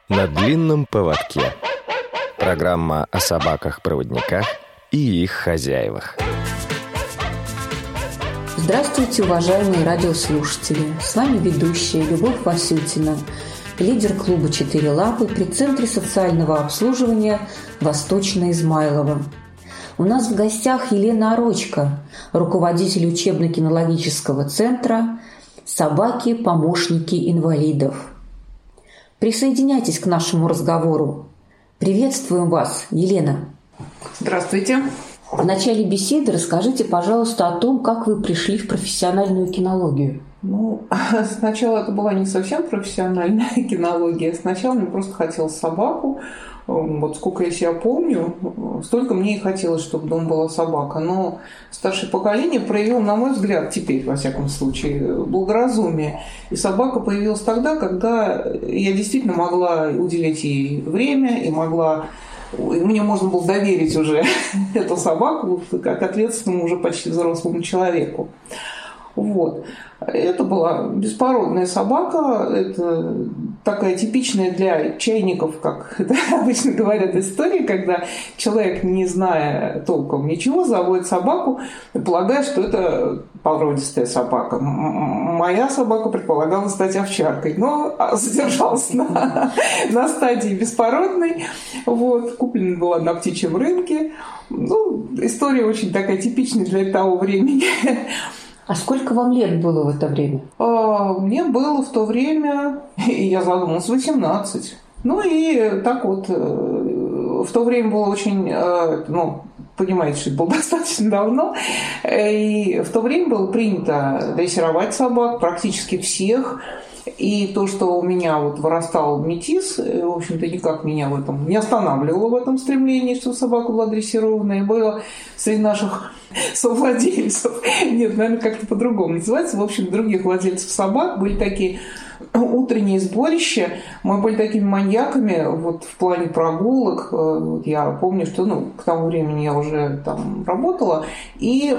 На длинном поводке. Программа о собаках-проводниках и их хозяевах. Здравствуйте, уважаемые радиослушатели! С вами ведущая Любовь Васютина, лидер клуба «Четыре лапы» при Центре социального обслуживания «Восточное Измайлово». У нас в гостях Елена Орочко, руководитель учебно-кинологического центра «Собаки-помощники инвалидов». Присоединяйтесь к нашему разговору. Приветствуем вас, Елена. Здравствуйте. В начале беседы расскажите, пожалуйста, о том, как вы пришли в профессиональную кинологию. Сначала это была не совсем профессиональная кинология. Сначала мне просто хотелось собаку. Вот сколько я себя помню, столько мне и хотелось, чтобы дома была собака. Но старшее поколение проявило, на мой взгляд, теперь, во всяком случае, благоразумие. И собака появилась тогда, когда я действительно могла уделять ей время и мне можно было доверить уже эту собаку как ответственному уже почти взрослому человеку. Вот. Это была беспородная собака, это такая типичная для чайников, как это обычно говорят, история, когда человек, не зная толком ничего, заводит собаку, полагая, что это породистая собака. Моя собака предполагала стать овчаркой, но задержалась на стадии беспородной. Вот. Куплена была на птичьем рынке. История очень такая типичная для того времени. А сколько вам лет было в это время? Мне было в то время, я задумалась, 18. И так вот, в то время было очень, понимаете, что это было достаточно давно, и в то время было принято дрессировать собак, практически всех. И то, что у меня вырастал метис, в общем-то, никак меня в этом не останавливало, в этом стремлении, что собака была дрессированная. И было среди наших совладельцев, нет, наверное, как-то по-другому называется, в общем, других владельцев собак были такие утренние сборища. Мы были такими маньяками в плане прогулок. Я помню, что к тому времени я уже там работала, и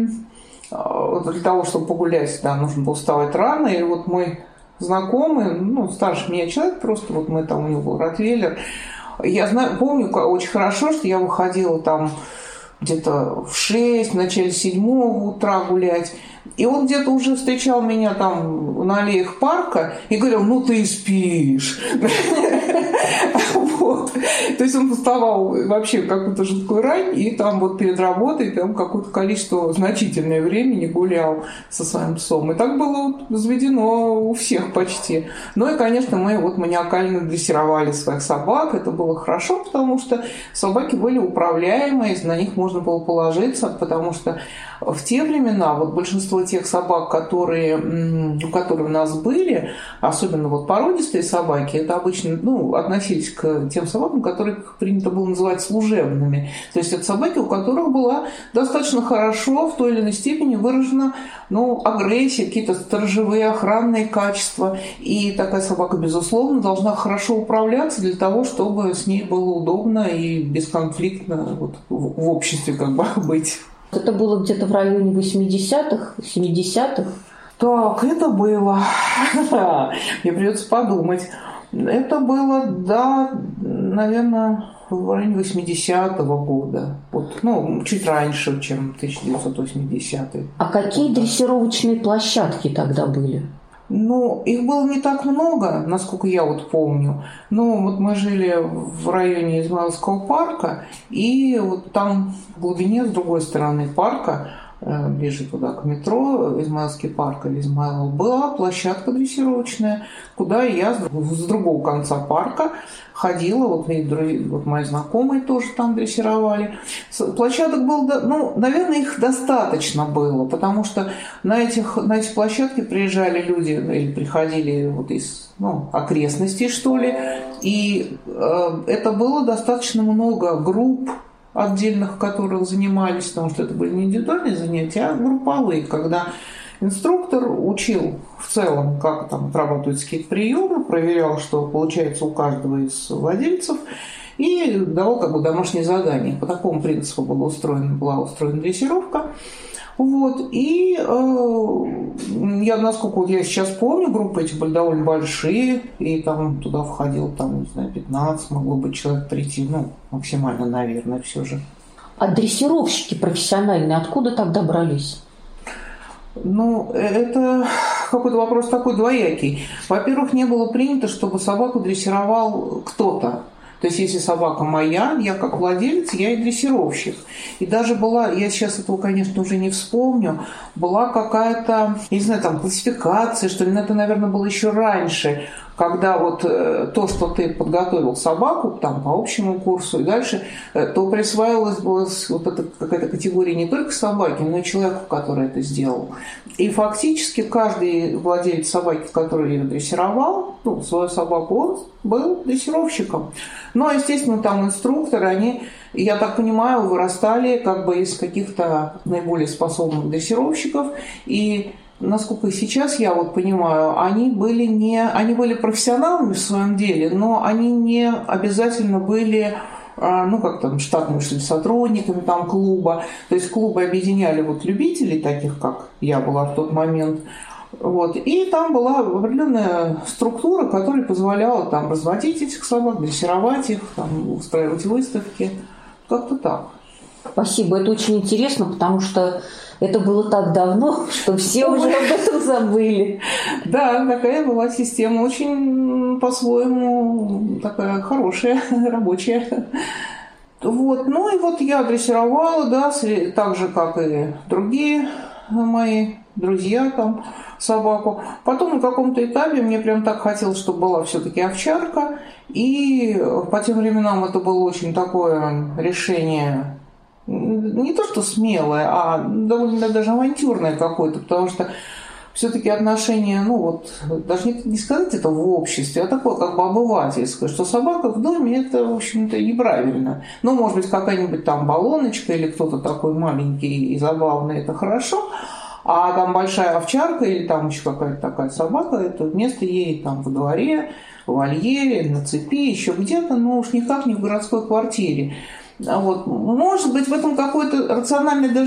для того, чтобы погулять, нужно было вставать рано, и мой знакомый, старше меня человек, просто мы там, у него был ротвейлер. Я помню очень хорошо, что я выходила там где-то в 6, в начале 7 утра гулять. И он где-то уже встречал меня там на аллеях парка и говорил: ты и спишь. То есть он вставал вообще в какую-то жуткую рань и там перед работой там какое-то количество, значительное времени гулял со своим псом. И так было заведено у всех почти. И, конечно, мы маниакально дрессировали своих собак. Это было хорошо, потому что собаки были управляемые, на них можно было положиться, потому что в те времена большинство тех собак, которые у нас были, особенно породистые собаки, это обычно относились к тем собакам, которых принято было называть служебными. То есть это собаки, у которых была достаточно хорошо в той или иной степени выражена агрессия, какие-то сторожевые охранные качества. И такая собака, безусловно, должна хорошо управляться для того, чтобы с ней было удобно и бесконфликтно в обществе быть. Это было где-то в районе 80-х, 70-х? Так, это было. Мне придется подумать. Это было, наверное, в районе 80-го года. Чуть раньше, чем 1980-й. А какие дрессировочные площадки тогда были? Их было не так много, насколько я помню. Мы жили в районе Измайловского парка, и там в глубине, с другой стороны парка, ближе туда, к метро, Измайловский парк или Измайлово, была площадка дрессировочная, куда я с другого конца парка ходила, мои знакомые тоже там дрессировали. Площадок было, наверное, их достаточно было, потому что на эти площадки приезжали люди, или приходили из окрестностей, что ли, и это было достаточно много групп отдельных, которых занимались, потому что это были не индивидуальные занятия, а групповые, когда инструктор учил в целом, как там отрабатываются какие-то приемы, проверял, что получается у каждого из владельцев, и давал домашнее задание. По такому принципу была устроена дрессировка. И я, насколько вот я сейчас помню, группы эти были довольно большие, и там туда входил, там, не знаю, 15, могло быть человек прийти, ну, максимально, наверное, все же. А дрессировщики профессиональные откуда тогда брались? Ну, это какой-то вопрос такой двоякий. Во-первых, не было принято, чтобы собаку дрессировал кто-то. То есть, если собака моя, я как владелец, я и дрессировщик. И даже была, я сейчас этого, конечно, уже не вспомню, была какая-то, я не знаю, там, классификация, что ли, но это, наверное, было еще раньше, когда вот то, что ты подготовил собаку там по общему курсу и дальше, то присваивалась вот эта какая-то категория не только собаки, но и человеку, который это сделал. И фактически каждый владелец собаки, который ее дрессировал, ну, свою собаку, он был дрессировщиком. Но, естественно, там инструкторы, они, я так понимаю, вырастали как бы из каких-то наиболее способных дрессировщиков. И насколько сейчас я вот понимаю, они были профессионалами в своем деле, но они не обязательно были, ну, как там, штатными, что ли, сотрудниками там клуба. То есть клубы объединяли вот любителей, таких, как я была в тот момент. Вот. И там была определенная структура, которая позволяла там разводить этих собак, дрессировать их, там, устраивать выставки. Как-то так. Спасибо, это очень интересно, потому что это было так давно, что все уже об этом забыли. Да, такая была система, очень по-своему такая хорошая, рабочая. Вот. Ну и вот я дрессировала, да, так же, как и другие мои друзья там, собаку. Потом на каком-то этапе мне прям так хотелось, чтобы была все-таки овчарка. И по тем временам это было очень такое решение, не то что смелое, а довольно даже авантюрное какое-то, потому что все-таки отношение, ну вот, даже не сказать это в обществе, а такое как бы обывательское, что собака в доме это, в общем-то, неправильно. Ну, может быть, какая-нибудь там баллоночка или кто-то такой маленький и забавный, это хорошо, а там большая овчарка или там еще какая-то такая собака, это место ей там во дворе, в вольере, на цепи, еще где-то, но уж никак не в городской квартире. Вот. Может быть, в этом какое-то рациональное даже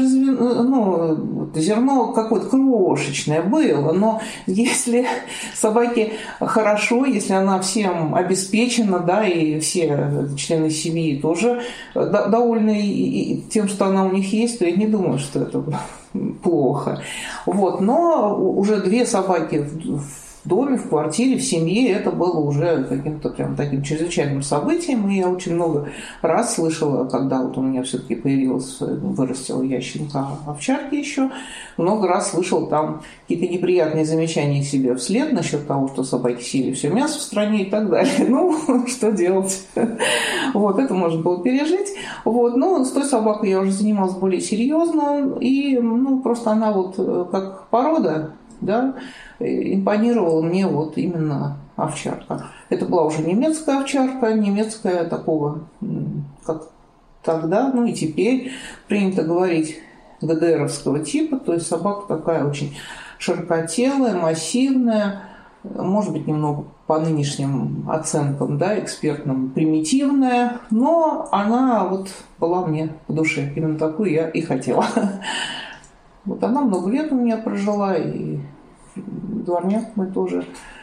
зерно какое-то крошечное было, но если собаке хорошо, если она всем обеспечена, да, и все члены семьи тоже довольны тем, что она у них есть, то я не думаю, что это плохо. Вот. Но уже 2 собаки в доме, в квартире, в семье, это было уже каким-то прям таким чрезвычайным событием. И я очень много раз слышала, когда вот у меня все-таки вырастила я щенка овчарки еще, много раз слышала там какие-то неприятные замечания себе вслед насчет того, что собаки съели все мясо в стране и так далее. Ну, что делать? Вот, это можно было пережить. Вот, но с той собакой я уже занималась более серьезно, и, ну, просто она вот как порода, да, импонировала мне вот именно овчарка. Это была уже немецкая овчарка, немецкая такого, как тогда, ну и теперь принято говорить, ГДРовского типа, то есть собака такая очень широкотелая, массивная, может быть, немного по нынешним оценкам, да, экспертным, примитивная, но она вот была мне по душе. Именно такую я и хотела. Вот она много лет у меня прожила, и дворняк мой тоже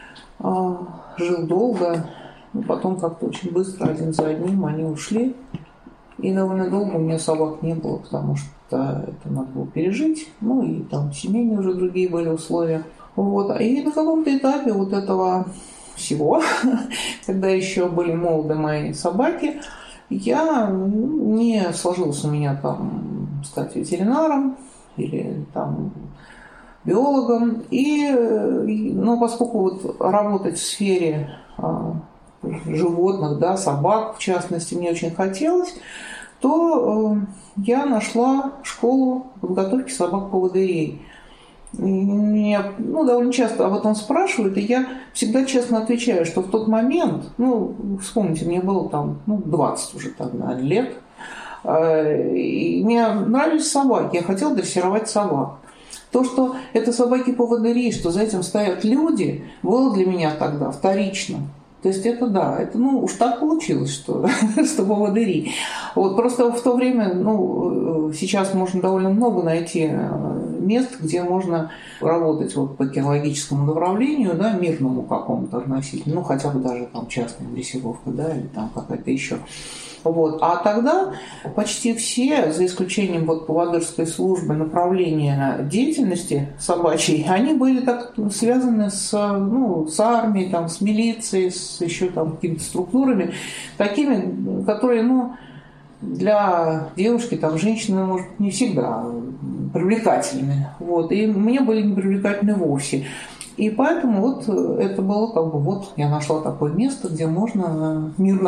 жил долго. Но потом как-то очень быстро, один за одним, они ушли. И довольно долго у меня собак не было, потому что это надо было пережить. Ну и там семейные уже другие были условия. Вот. И на каком-то этапе вот этого всего, когда еще были молоды мои собаки, я не сложилось у меня там стать ветеринаром или там биологом. Но поскольку вот работать в сфере животных, да, собак в частности, мне очень хотелось, то я нашла школу подготовки собак-поводырей. Меня довольно часто об этом спрашивают, и я всегда честно отвечаю, что в тот момент, вспомните, мне было там 20 уже тогда лет, и мне нравились собаки, я хотела дрессировать собак. То, что это собаки-поводыри, что за этим стоят люди, было для меня тогда вторично. То есть это да, это уж так получилось, что поводыри. Вот просто в то время, сейчас можно довольно много найти мест, где можно работать вот по кинологическому направлению, да, мирному какому-то относительно, ну, хотя бы даже там частная дрессировка, да, или там какая-то еще. Вот. А тогда почти все, за исключением вот поводырской службы, направления деятельности собачьей, они были так связаны с армией, там, с милицией, с еще там какими-то структурами, такими, которые, для девушки, там, женщины, может, не всегда привлекательны. Вот. И мне были не привлекательны вовсе. И поэтому вот это было как бы вот я нашла такое место, где можно мирно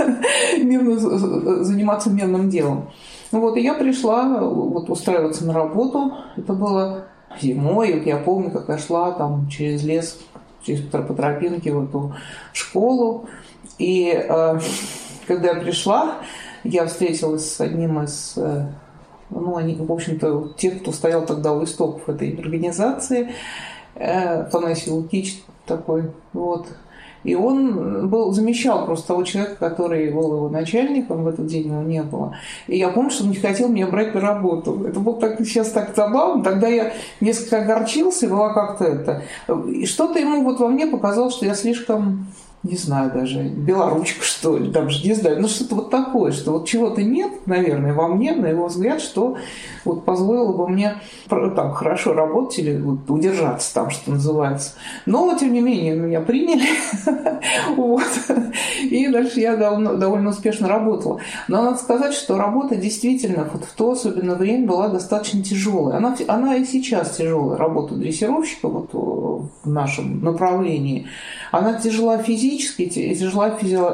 заниматься мирным делом. Вот, и я пришла вот устраиваться на работу. Это было зимой. Вот я помню, как я шла там через лес, по тропинке в эту школу. И когда я пришла, я встретилась с одним из... они, в общем-то, те, кто стоял тогда у истоков этой организации, Афанасий Лукич такой, вот. И он замещал просто того человека, который был его начальником, в этот день его не было. И я помню, что он не хотел меня брать на работу. Это было сейчас так забавно. Тогда я несколько огорчился, и была как-то это... И что-то ему вот во мне показалось, что я слишком... не знаю даже, белоручка, что ли, там же, не знаю, что-то вот такое, что вот чего-то нет, наверное, во мне, на его взгляд, что вот позволило бы мне там хорошо работать или вот удержаться там, что называется. Но, тем не менее, меня приняли, вот, и дальше я довольно успешно работала. Но надо сказать, что работа действительно вот в то особенное время была достаточно тяжелая. Она и сейчас тяжелая, работа дрессировщика вот в нашем направлении. Она тяжела физически и тяжела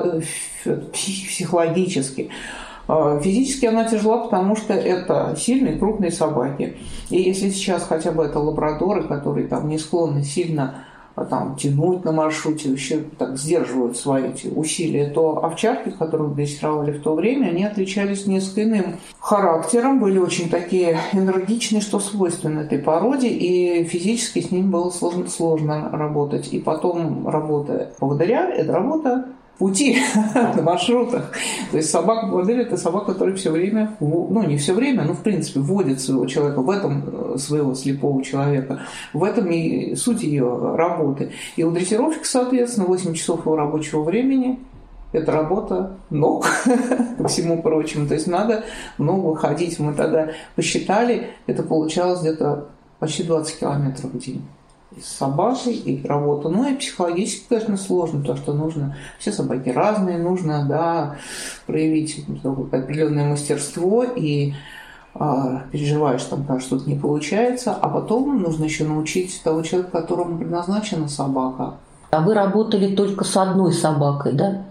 психологически. Физически она тяжела, потому что это сильные, крупные собаки. И если сейчас хотя бы это лабрадоры, которые там не склонны сильно там, тянуть на маршруте, вообще так сдерживают свои эти усилия, то овчарки, которых дрессировали в то время, они отличались несколько иным характером, были очень такие энергичные, что свойственно этой породе, и физически с ними было сложно работать. И потом работа поводыря – это работа пути на маршрутах. То есть собака-поводырь – это собака, которая все время, не все время, но в принципе вводит своего человека, в этом своего слепого человека, в этом и суть ее работы. И у дрессировщика, соответственно, 8 часов его рабочего времени – это работа ног, ко всему прочему. То есть надо много ходить. Мы тогда посчитали, это получалось где-то почти 20 километров в день. И с собакой, и работа. И психологически, конечно, сложно, потому что нужно... Все собаки разные, нужно, проявить определенное мастерство, и переживаешь, там, когда что-то не получается, а потом нужно еще научить того человека, которому предназначена собака. А вы работали только с одной собакой, да?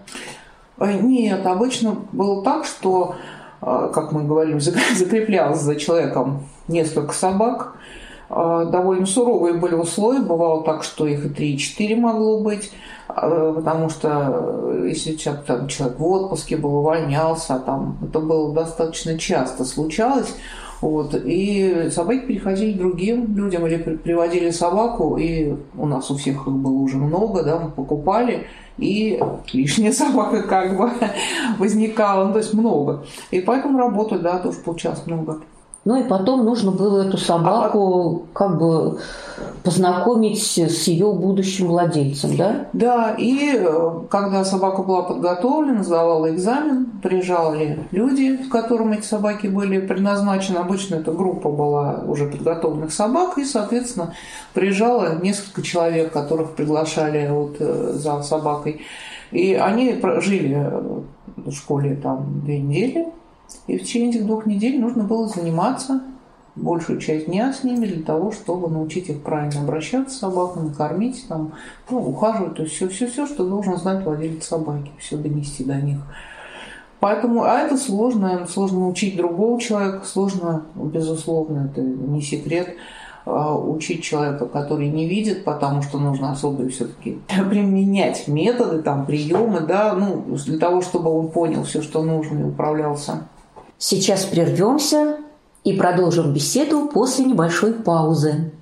Нет, обычно было так, что, как мы говорим, закреплялось за человеком несколько собак. Довольно суровые были условия. Бывало так, что их и 3-4 могло быть, потому что если человек в отпуске был, увольнялся, это было достаточно часто случалось. Вот, и собаки переходили к другим людям или приводили собаку, и у нас у всех их было уже много, мы покупали, и лишняя собака как бы возникала, то есть много. И поэтому работы, тоже получалось много. И потом нужно было эту собаку как бы познакомить с ее будущим владельцем, да? Да, и когда собака была подготовлена, сдавала экзамен, приезжали люди, к которым эти собаки были предназначены. Обычно эта группа была уже подготовленных собак, и, соответственно, приезжало несколько человек, которых приглашали за собакой. И они жили в школе 2 недели. И в течение этих 2 недель нужно было заниматься большую часть дня с ними для того, чтобы научить их правильно обращаться с собаками, кормить, ухаживать. То есть все, что должен знать владелец собаки, все донести до них. Поэтому, это сложно научить другого человека, сложно, безусловно, это не секрет, учить человека, который не видит, потому что нужно особые все-таки применять методы, приемы, для того, чтобы он понял все, что нужно, и управлялся. Сейчас прервемся и продолжим беседу после небольшой паузы.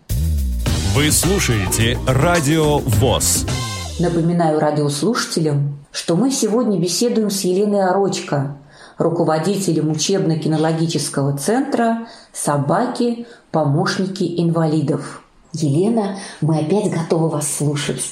Вы слушаете Радио ВОС. Напоминаю радиослушателям, что мы сегодня беседуем с Еленой Орочко, руководителем учебно-кинологического центра «Собаки. Помощники инвалидов». Елена, мы опять готовы вас слушать.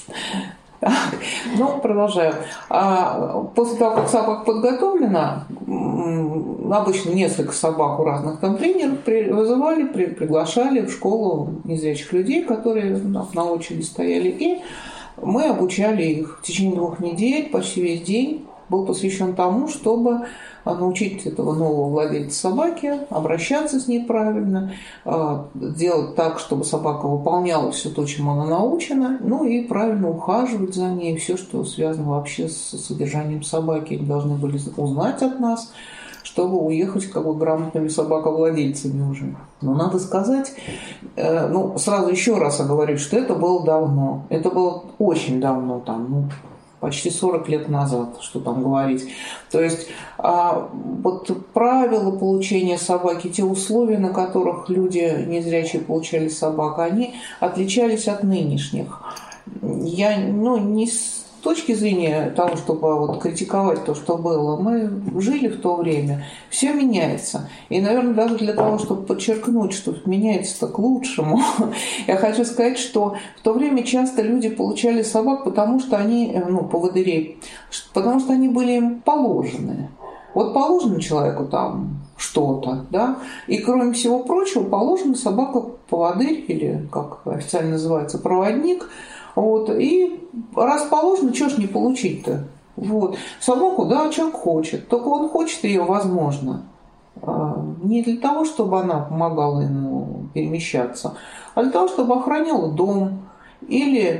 Ну, продолжаю. После того, как собака подготовлена, обычно несколько собак у разных там тренеров вызывали, приглашали в школу незрячих людей, которые на очереди стояли, и мы обучали их. В течение 2 недель, почти весь день был посвящен тому, чтобы научить этого нового владельца собаки обращаться с ней правильно, делать так, чтобы собака выполняла все то, чему она научена, ну и правильно ухаживать за ней, все, что связано вообще с содержанием собаки. Они должны были узнать от нас, чтобы уехать как бы грамотными собаковладельцами уже. Но надо сказать, сразу еще раз оговорюсь, что это было давно. Это было очень давно, почти 40 лет назад, что там говорить. То есть вот правила получения собаки, те условия, на которых люди незрячие получали собак, они отличались от нынешних. Я не с точки зрения того, чтобы вот критиковать то, что было. Мы жили в то время, все меняется. И, наверное, даже для того, чтобы подчеркнуть, что меняется-то к лучшему, я хочу сказать, что в то время часто люди получали собак, потому что они, поводырей, потому что они были им положены. Вот положено человеку там что-то, да, и кроме всего прочего положена собака-поводырь, или, как официально называется, проводник. Вот. И раз положено, чего ж не получить-то? Вот. Собаку, да, человек хочет. Только он хочет ее, возможно, не для того, чтобы она помогала ему перемещаться, а для того, чтобы охраняла дом или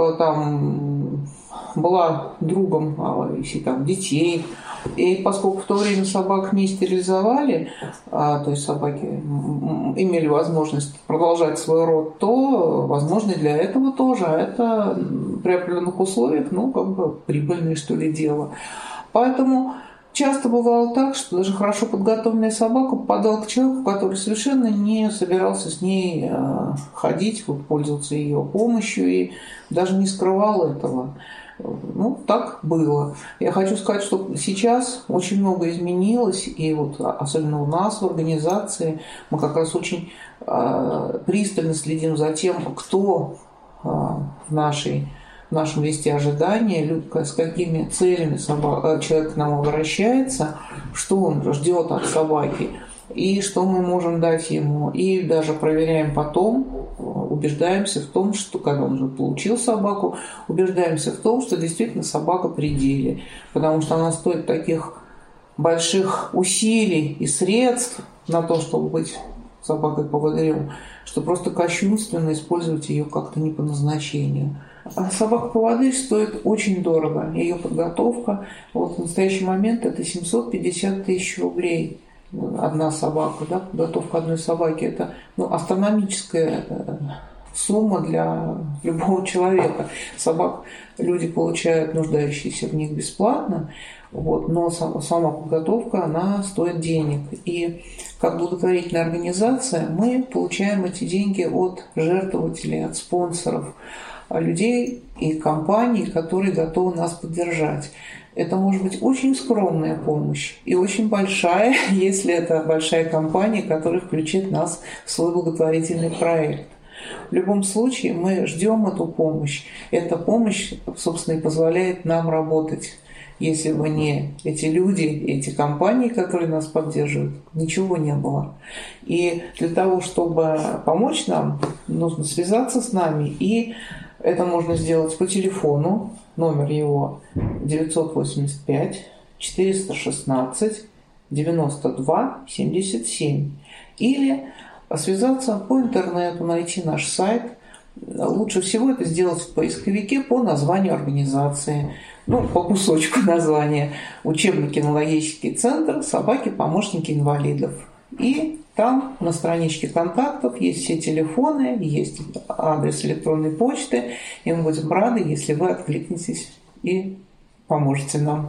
там была другом, если там детей. И поскольку в то время собак не стерилизовали, то есть собаки имели возможность продолжать свой род, то, возможно, и для этого тоже. А это при определенных условиях, прибыльное, что ли, дело. Поэтому часто бывало так, что даже хорошо подготовленная собака попадала к человеку, который совершенно не собирался с ней ходить, пользоваться ее помощью, и даже не скрывал этого. Так было. Я хочу сказать, что сейчас очень много изменилось, и вот особенно у нас в организации мы как раз очень пристально следим за тем, кто в нашем листе ожидания, с какими целями человек к нам обращается, что он ждет от собаки и что мы можем дать ему. И даже проверяем потом, убеждаемся в том, что когда он уже получил собаку, убеждаемся в том, что действительно собака при деле. Потому что она стоит таких больших усилий и средств на то, чтобы быть собакой-поводырем, что просто кощунственно использовать ее как-то не по назначению. А собака-поводырь стоит очень дорого. Ее подготовка в настоящий момент это 750 тысяч рублей. Одна собака, да, подготовка одной собаки – это астрономическая сумма для любого человека. Собак люди получают, нуждающиеся в них, бесплатно, но сама подготовка, она стоит денег. И как благотворительная организация мы получаем эти деньги от жертвователей, от спонсоров, людей и компаний, которые готовы нас поддержать. Это может быть очень скромная помощь и очень большая, если это большая компания, которая включит нас в свой благотворительный проект. В любом случае мы ждем эту помощь. Эта помощь, собственно, и позволяет нам работать. Если бы не эти люди, эти компании, которые нас поддерживают, ничего не было. И для того, чтобы помочь нам, нужно связаться с нами. И это можно сделать по телефону. Номер его 985 416 92 77. Или связаться по интернету, найти наш сайт. Лучше всего это сделать в поисковике по названию организации, по кусочку названия. Учебно-кинологический центр «Собаки-помощники инвалидов». И там на страничке контактов есть все телефоны, есть адрес электронной почты, и мы будем рады, если вы откликнетесь и поможете нам.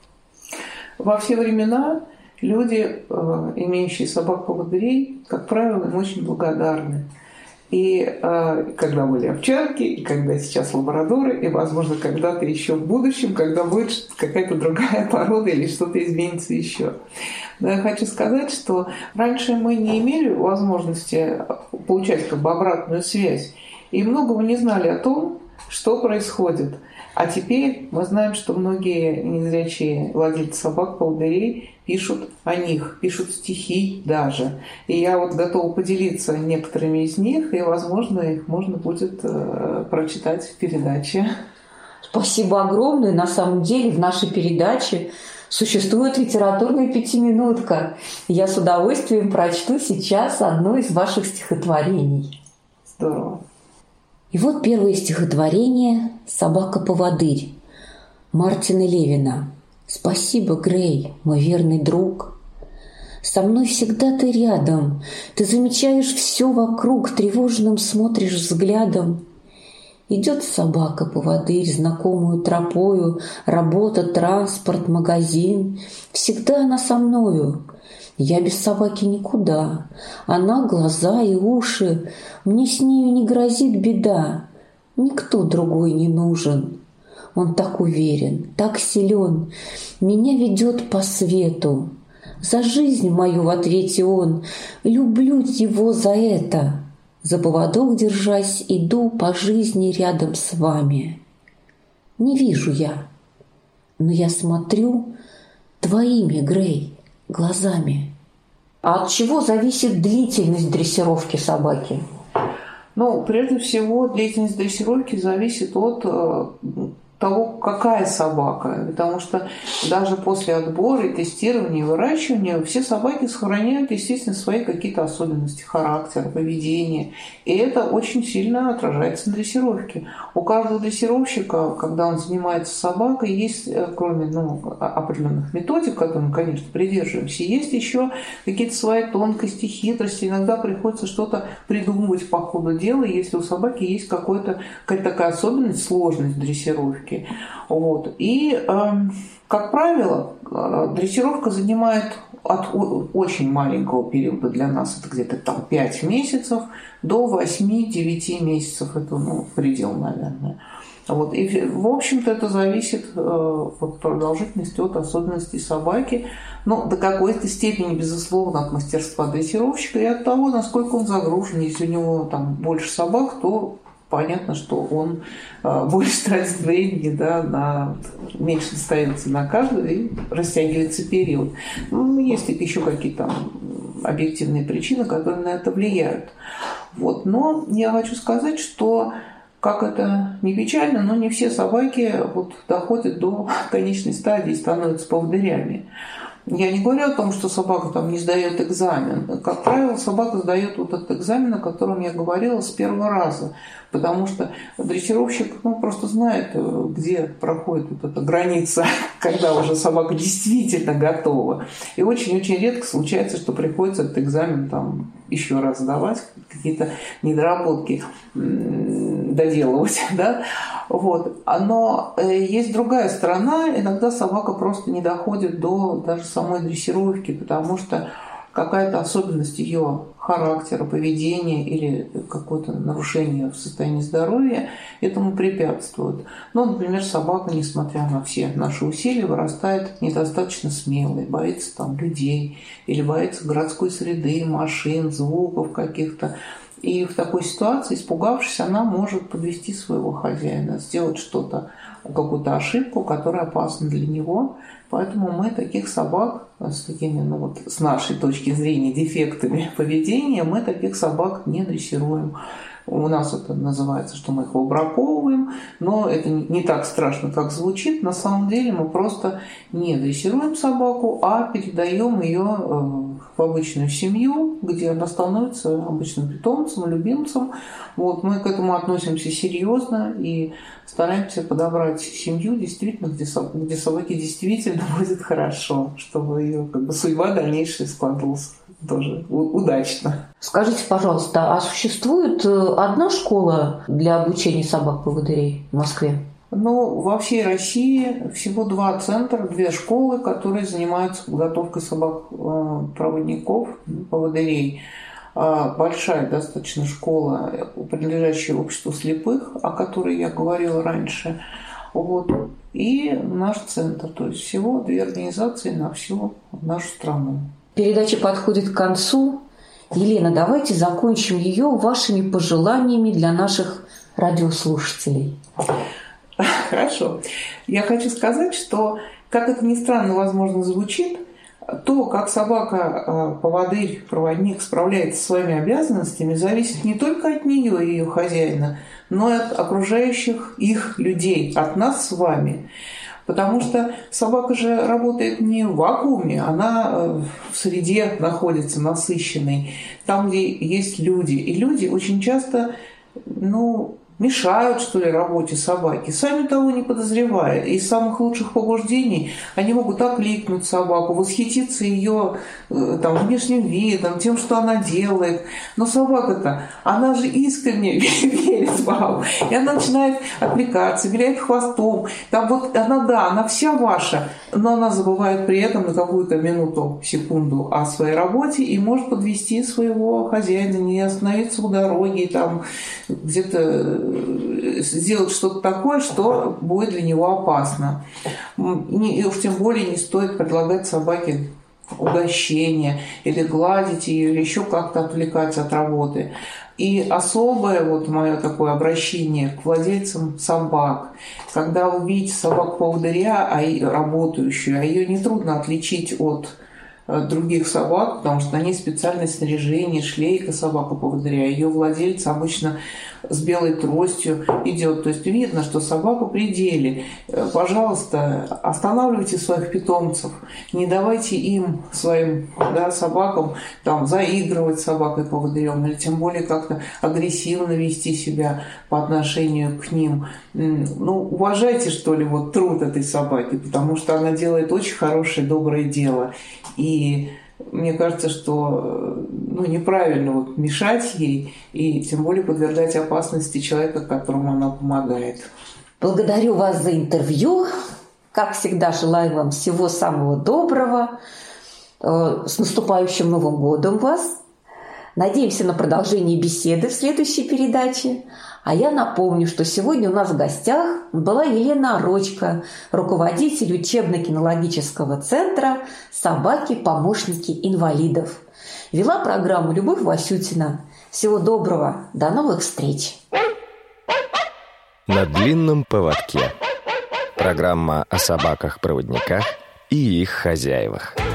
Во все времена люди, имеющие собак-поводырей, как правило, им очень благодарны. И когда были овчарки, и когда сейчас лабрадоры, и, возможно, когда-то еще в будущем, когда будет какая-то другая порода или что-то изменится еще. Но я хочу сказать, что раньше мы не имели возможности получать как бы обратную связь, и многого не знали о том, что происходит. А теперь мы знаем, что многие незрячие владельцы собак-поводырей пишут о них, пишут стихи даже. И я вот готова поделиться некоторыми из них, и, возможно, их можно будет прочитать в передаче. Спасибо огромное. На самом деле в нашей передаче существует литературная пятиминутка. Я с удовольствием прочту сейчас одно из ваших стихотворений. Здорово. И вот первое стихотворение «Собака-поводырь» Мартина Левина. «Спасибо, Грей, мой верный друг. Со мной всегда ты рядом, ты замечаешь все вокруг, тревожным смотришь взглядом. Идет собака-поводырь знакомую тропою, работа, транспорт, магазин. Всегда она со мною. Я без собаки никуда. Она глаза и уши. Мне с нею не грозит беда. Никто другой не нужен. Он так уверен, так силен. Меня ведет по свету. За жизнь мою в ответе он. Люблю его за это. За поводок держась, иду по жизни рядом с вами. Не вижу я, но я смотрю твоими, Грей, глазами». А от чего зависит длительность дрессировки собаки? Ну, прежде всего, длительность дрессировки зависит от того, какая собака. Потому что даже после отбора и тестирования и выращивания все собаки сохраняют, естественно, свои какие-то особенности характера, поведения. И это очень сильно отражается на дрессировке. У каждого дрессировщика, когда он занимается собакой, есть, кроме определенных методик, которым мы, конечно, придерживаемся, есть еще какие-то свои тонкости, хитрости. Иногда приходится что-то придумывать по ходу дела, если у собаки есть какая-то такая особенность, сложность дрессировки. Вот. И, как правило, дрессировка занимает от очень маленького периода для нас, это где-то там 5 месяцев, до 8-9 месяцев, это предел, наверное. Вот. И, в общем-то, это зависит от продолжительности, от особенностей собаки, но до какой-то степени, безусловно, от мастерства дрессировщика и от того, насколько он загружен. Если у него там больше собак, то понятно, что он больше тратит времени, меньше становится на каждую и растягивается период. Есть еще какие-то объективные причины, которые на это влияют. Вот. Но я хочу сказать, что, как это не печально, но не все собаки доходят до конечной стадии и становятся поводырями. Я не говорю о том, что собака не сдает экзамен. Как правило, собака сдает этот экзамен, о котором я говорила, с первого раза. Потому что дрессировщик просто знает, где проходит эта граница, когда уже собака действительно готова. И очень-очень редко случается, что приходится этот экзамен еще раз сдавать, какие-то недоработки доделывать. Да? Вот. Но есть другая сторона. Иногда собака просто не доходит до даже самой дрессировки, потому что какая-то особенность ее характера, поведения или какое-то нарушение в состоянии здоровья этому препятствует. Например, собака, несмотря на все наши усилия, вырастает недостаточно смелой, боится людей или боится городской среды, машин, звуков каких-то. И в такой ситуации, испугавшись, она может подвести своего хозяина, сделать что-то, какую-то ошибку, которая опасна для него. Поэтому мы таких собак с такими, с нашей точки зрения, дефектами поведения, мы таких собак не дрессируем. У нас это называется, что мы их выбраковываем, но это не так страшно, как звучит. На самом деле мы просто не дрессируем собаку, а передаем ее в обычную семью, где она становится обычным питомцем, любимцем. Вот, мы к этому относимся серьезно и стараемся подобрать семью, действительно, где собаке действительно будет хорошо, чтобы ее судьба дальнейшая складывалась тоже удачно. Скажите, пожалуйста, а существует одна школа для обучения собак-поводырей в Москве? Во всей России всего 2 центра, 2 школы, которые занимаются подготовкой собак-проводников, поводырей. большая достаточно школа, принадлежащая обществу слепых, о которой я говорила раньше, вот, и наш центр. То есть всего 2 организации на всю нашу страну. Передача подходит к концу. Елена, давайте закончим ее вашими пожеланиями для наших радиослушателей. Хорошо. Я хочу сказать, что, как это ни странно, возможно, звучит, то, как собака-поводырь, проводник справляется со своими обязанностями, зависит не только от нее и ее хозяина, но и от окружающих их людей, от нас с вами. Потому что собака же работает не в вакууме, она в среде находится насыщенной, там, где есть люди. И люди очень часто, мешают, что ли, работе собаки, сами того не подозревая. Из самых лучших побуждений они могут окликнуть собаку, восхититься ее внешним видом, тем, что она делает. Но собака-то, она же искренне верит вам. И она начинает отвлекаться, виляет хвостом. Она вся ваша, но она забывает при этом на какую-то минуту, секунду о своей работе и может подвести своего хозяина, не остановиться у дороги, где-то сделать что-то такое, что будет для него опасно. И уж тем более не стоит предлагать собаке угощение или гладить ее, или еще как-то отвлекать от работы. И особое мое такое обращение к владельцам собак. Когда вы видите собаку-поводыря, работающую, ее нетрудно отличить от других собак, потому что на ней специальное снаряжение, шлейка собака-поводыря. Ее владелец обычно с белой тростью идет. То есть видно, что собака в пределе. Пожалуйста, останавливайте своих питомцев. Не давайте им, своим собакам, заигрывать с собакой-поводырем или тем более как-то агрессивно вести себя по отношению к ним. Уважайте, что ли, труд этой собаки, потому что она делает очень хорошее, доброе дело. И мне кажется, что неправильно мешать ей и тем более подвергать опасности человека, которому она помогает. Благодарю вас за интервью. Как всегда, желаю вам всего самого доброго. С наступающим Новым годом вас. Надеемся на продолжение беседы в следующей передаче. А я напомню, что сегодня у нас в гостях была Елена Орочко, руководитель учебно-кинологического центра «Собаки-помощники инвалидов». Вела программу Любовь Васютина. Всего доброго. До новых встреч. На длинном поводке. Программа о собаках-проводниках и их хозяевах.